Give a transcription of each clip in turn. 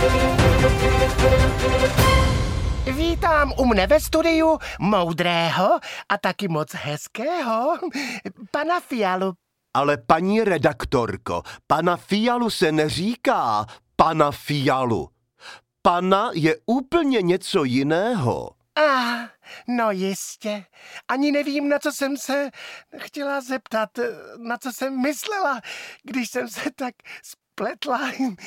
Vítám u mne ve studiu moudrého a taky moc hezkého pana Fialu. Ale paní redaktorko, pana Fialu se neříká pana Fialu. Pana je úplně něco jiného. No jistě. Ani nevím, na co jsem se chtěla zeptat, na co jsem myslela, když jsem se tak spletla.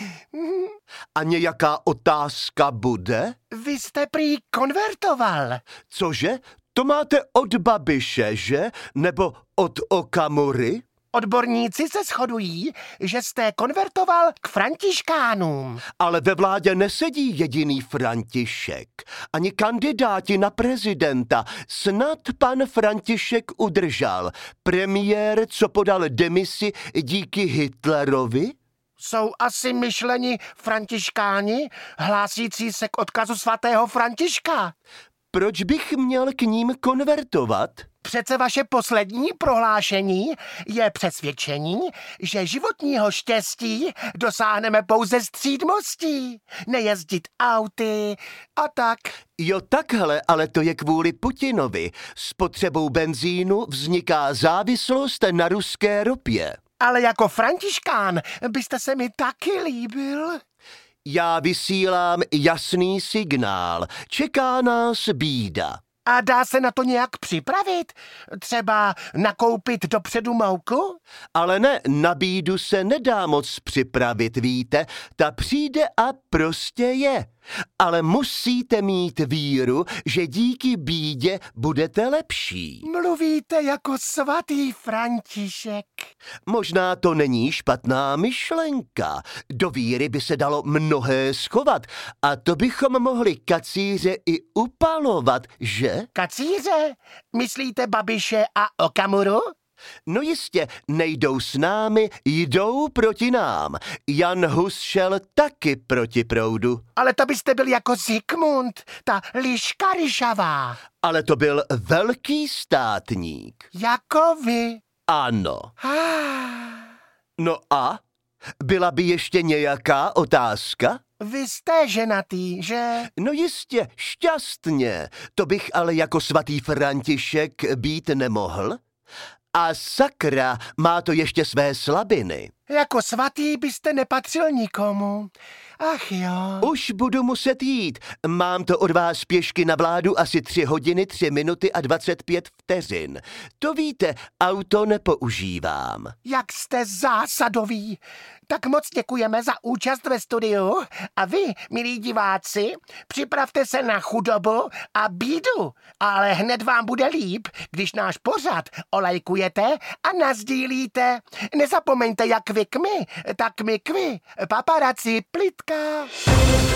A nějaká otázka bude? Vy jste prý konvertoval. Cože? To máte od Babiše, že? Nebo od Okamury? Odborníci se shodují, že jste konvertoval k františkánům. Ale ve vládě nesedí jediný František. Ani kandidáti na prezidenta. Snad pan František udržel. Premiér, co podal demisi díky Hitlerovi? Jsou asi myšleni františkáni, hlásící se k odkazu svatého Františka. Proč bych měl k ním konvertovat? Přece vaše poslední prohlášení je přesvědčení, že životního štěstí dosáhneme pouze střídmostí, nejezdit auty a tak. Jo, takhle, ale to je kvůli Putinovi. S potřebou benzínu vzniká závislost na ruské ropě. Ale jako františkán byste se mi taky líbil. Já vysílám jasný signál. Čeká nás bída. A dá se na to nějak připravit? Třeba nakoupit dopředu mouku? Ale ne, na bídu se nedá moc připravit, víte. Ta přijde a prostě je. Ale musíte mít víru, že díky bídě budete lepší. Mluvíte jako svatý František. Možná to není špatná myšlenka. Do víry by se dalo mnohé schovat a to bychom mohli kacíře i upalovat, že? Kacíře? Myslíte Babiše a Okamuru? No jistě, nejdou s námi, jdou proti nám. Jan Hus šel taky proti proudu. Ale to byste byl jako Zikmund, ta liška ryšavá. Ale to byl velký státník. Jako vy. Ano. No a? Byla by ještě nějaká otázka? Vy jste ženatý, že? No jistě, šťastně. To bych ale jako svatý František být nemohl. A sakra, má to ještě své slabiny. Jako svatý byste nepatřil nikomu. Ach jo. Už budu muset jít. Mám to od vás pěšky na vládu asi 3 hodiny, 3 minuty a 25 vteřin. To víte, auto nepoužívám. Jak jste zásadový. Tak moc děkujeme za účast ve studiu. A vy, milí diváci, připravte se na chudobu a bídu. Ale hned vám bude líp, když náš pořad olajkujete a nasdílíte. Nezapomeňte, jak vy k my, tak my k vy. Paparazzi plitka.